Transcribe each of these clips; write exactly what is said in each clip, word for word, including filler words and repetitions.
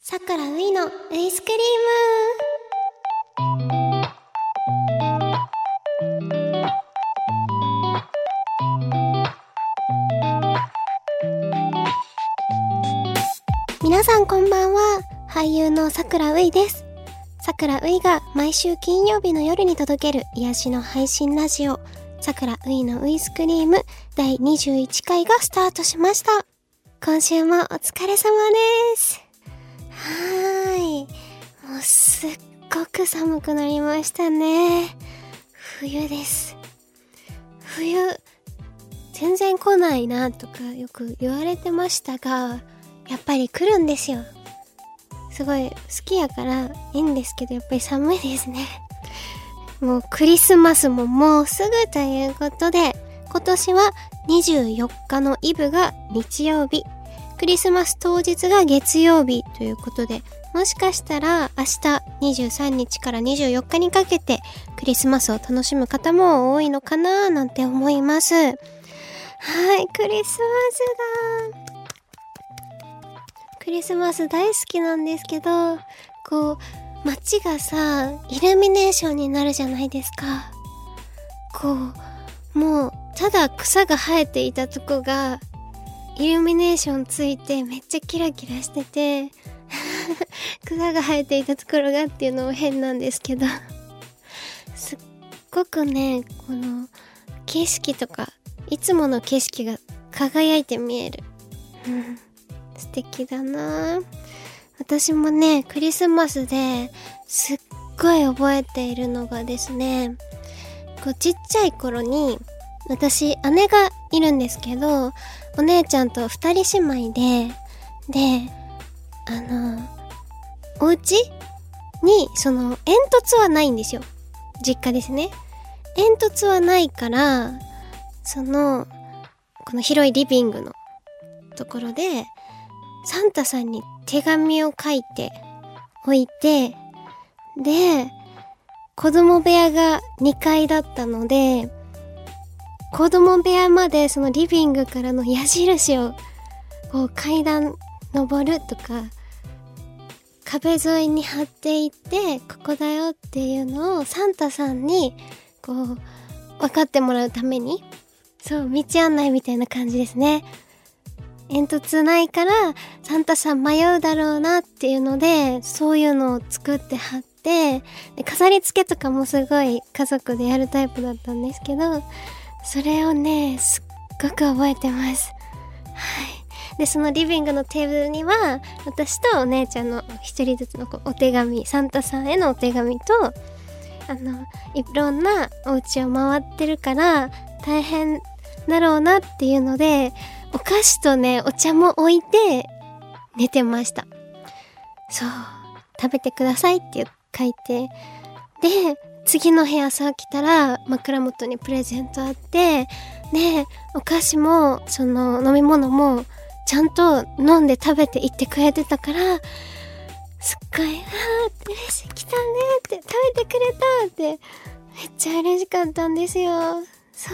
さくらういのアイスクリーム。皆さんこんばんは。俳優のさくらういです。さくらういが毎週金曜日の夜に届ける癒しの配信ラジオ、さくらういのアイスクリームだいにじゅういっかいがスタートしました。今週もお疲れ様です。はーい。もうすっごく寒くなりましたね。冬です。冬、全然来ないなとかよく言われてましたが、やっぱり来るんですよ。すごい好きやからいいんですけど、やっぱり寒いですね。もうクリスマスももうすぐということで、今年はにじゅうよっかのイブが日曜日、クリスマス当日が月曜日ということで、もしかしたら明日にじゅうさんにちからにじゅうよっかにかけてクリスマスを楽しむ方も多いのかななんて思います。はい、クリスマスだ。クリスマス大好きなんですけど、こう街がさ、イルミネーションになるじゃないですか。こうもうただ草が生えていたとこがイルミネーションついてめっちゃキラキラしてて草が生えていたところがっていうのも変なんですけどすっごくね、この景色とかいつもの景色が輝いて見える、うん、素敵だな。私もね、クリスマスですっごい覚えているのがですね、こうちっちゃい頃に、私姉がいるんですけど、お姉ちゃんと二人姉妹で、で、あの、お家にその煙突はないんですよ。実家ですね。煙突はないから、その、この広いリビングのところで、サンタさんに手紙を書いておいて、で、子供部屋がにかいだったので、子供部屋までそのリビングからの矢印をこう階段登るとか、壁沿いに貼っていって、ここだよっていうのをサンタさんにこう分かってもらうために、そう道案内みたいな感じですね。煙突ないからサンタさん迷うだろうなっていうので、そういうのを作って貼って、で飾り付けとかもすごい家族でやるタイプだったんですけど、それをね、すっごく覚えてます。はい。で、そのリビングのテーブルには、私とお姉ちゃんの一人ずつのこうお手紙、サンタさんへのお手紙と、あの、いろんなお家を回ってるから、大変だろうなっていうので、お菓子とね、お茶も置いて、寝てました。そう。食べてくださいって書いて、で、次の部屋朝起きたら枕元にプレゼントあって、で、お菓子もその飲み物もちゃんと飲んで食べていってくれてたから、すっごい、あーって嬉しい、来たねって食べてくれたってめっちゃ嬉しかったんですよ。そう。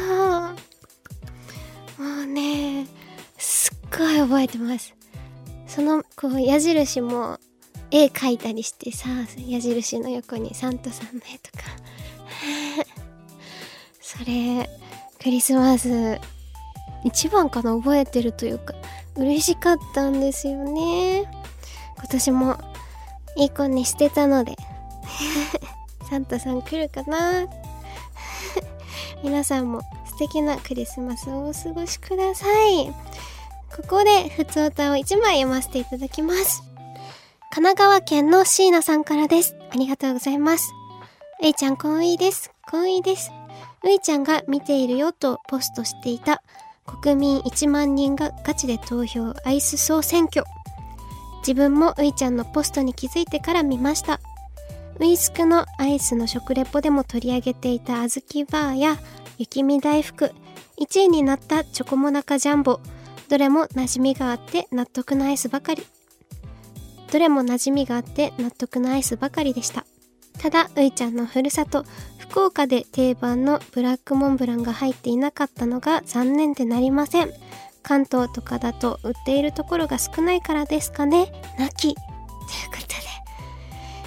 もうね、すっごい覚えてます。そのこう矢印も絵描いたりしてさ、矢印の横にサンタさんの絵とかそれクリスマス一番かな、覚えてるというか嬉しかったんですよね。今年もいい子にしてたのでサンタさん来るかな皆さんも素敵なクリスマスをお過ごしください。ここでふつおたをいちまい読ませていただきます。神奈川県の椎名さんからです。ありがとうございます。ういちゃん、こんいです。こんいです。ういちゃんが見ているよとポストしていた国民いちまんにんがガチで投票アイス総選挙。自分もういちゃんのポストに気づいてから見ました。ウイスクのアイスの食レポでも取り上げていたあずきバーや雪見大福、いちいになったチョコモナカジャンボ、どれも馴染みがあって納得のアイスばかり。どれも馴染みがあって納得のアイスばかりでした。ただ、ういちゃんのふるさと、福岡で定番のブラックモンブランが入っていなかったのが残念でなりません。関東とかだと売っているところが少ないからですかね。泣き。という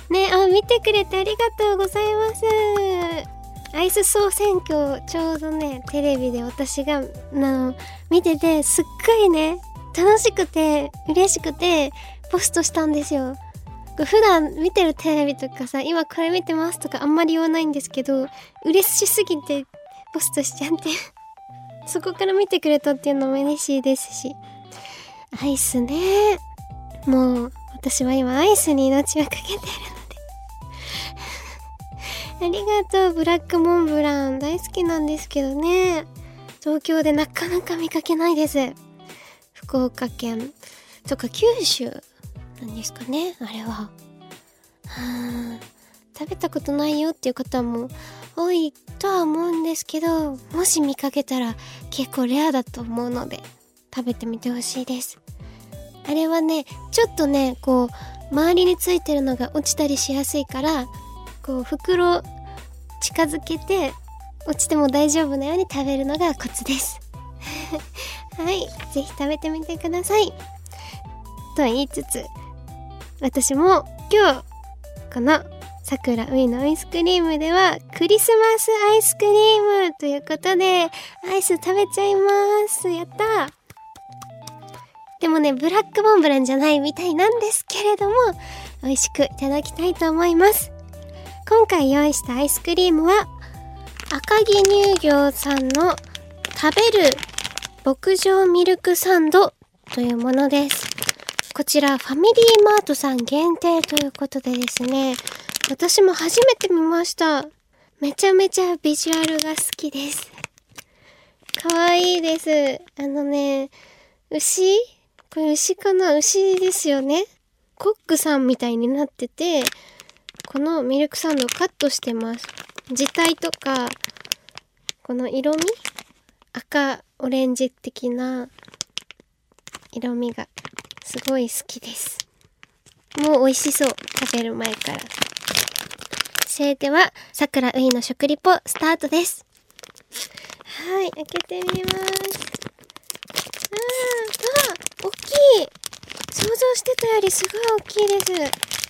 ね、あ、見てくれてありがとうございます。アイス総選挙ちょうどねテレビで私があの見てて、すっごいね楽しくて嬉しくてポストしたんですよ。普段見てるテレビとかさ、今これ見てますとかあんまり言わないんですけど、嬉しすぎてポストしちゃってそこから見てくれたっていうのも嬉しいですし、アイスね、もう私は今アイスに命をかけてるのでありがとう。ブラックモンブラン大好きなんですけどね、東京でなかなか見かけないです。福岡県とか九州なんですかね、あれは。はあ、食べたことないよっていう方も多いとは思うんですけど、もし見かけたら結構レアだと思うので食べてみてほしいです。あれはね、ちょっとねこう周りについてるのが落ちたりしやすいから、こう袋近づけて落ちても大丈夫なように食べるのがコツですはい、ぜひ食べてみてくださいと言いつつ、私も今日このさくらういのアイスクリームではクリスマスアイスクリームということでアイス食べちゃいます。やったー。でもねブラックモンブランじゃないみたいなんですけれども、美味しくいただきたいと思います。今回用意したアイスクリームは赤城乳業さんの食べる牧場ミルクサンドというものです。こちらファミリーマートさん限定ということでですね、私も初めて見ました。めちゃめちゃビジュアルが好きです。かわいいです。あのね、牛？これ牛かな？牛ですよね。コックさんみたいになってて、このミルクサンドをカットしてます。字体とかこの色味、赤オレンジ的な色味がすごい好きです。もう美味しそう、食べる前から。それではさくらういの食リポスタートです。はい、開けてみます。あーあ、大きい。想像してたよりすごい大きいです。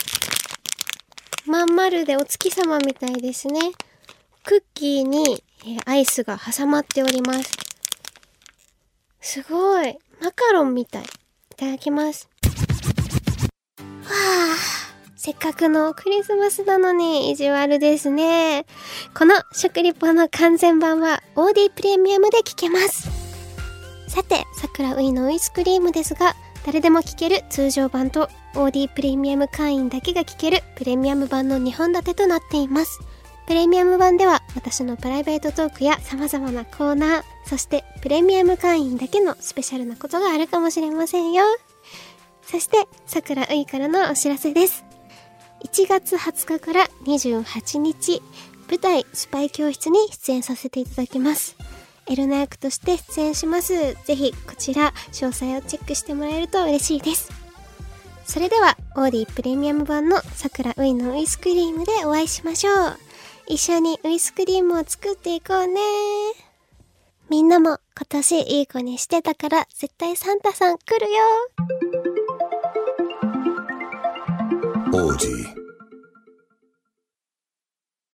まん丸でお月様みたいですね。クッキーに、えー、アイスが挟まっております。すごいマカロンみたい。いただきます。わあ、せっかくのクリスマスなのに意地悪ですね。この食リポの完全版は オーディー プレミアムで聞けます。さて、さくらういのアイスクリームですが、誰でも聞ける通常版と オーディー プレミアム会員だけが聞けるプレミアム版のにほん立てとなっています。プレミアム版では私のプライベートトークや様々なコーナー、そしてプレミアム会員だけのスペシャルなことがあるかもしれませんよ。そしてさくらういからのお知らせです。いちがつはつかからにじゅうはちにち、舞台スパイ教室に出演させていただきます。エルナ役として出演します。ぜひこちら詳細をチェックしてもらえると嬉しいです。それではオーディープレミアム版のさくらういのウイスクリームでお会いしましょう。一緒にウイスクリームを作っていこうね。みんなも今年いい子にしてたから絶対サンタさん来るよ。オーディー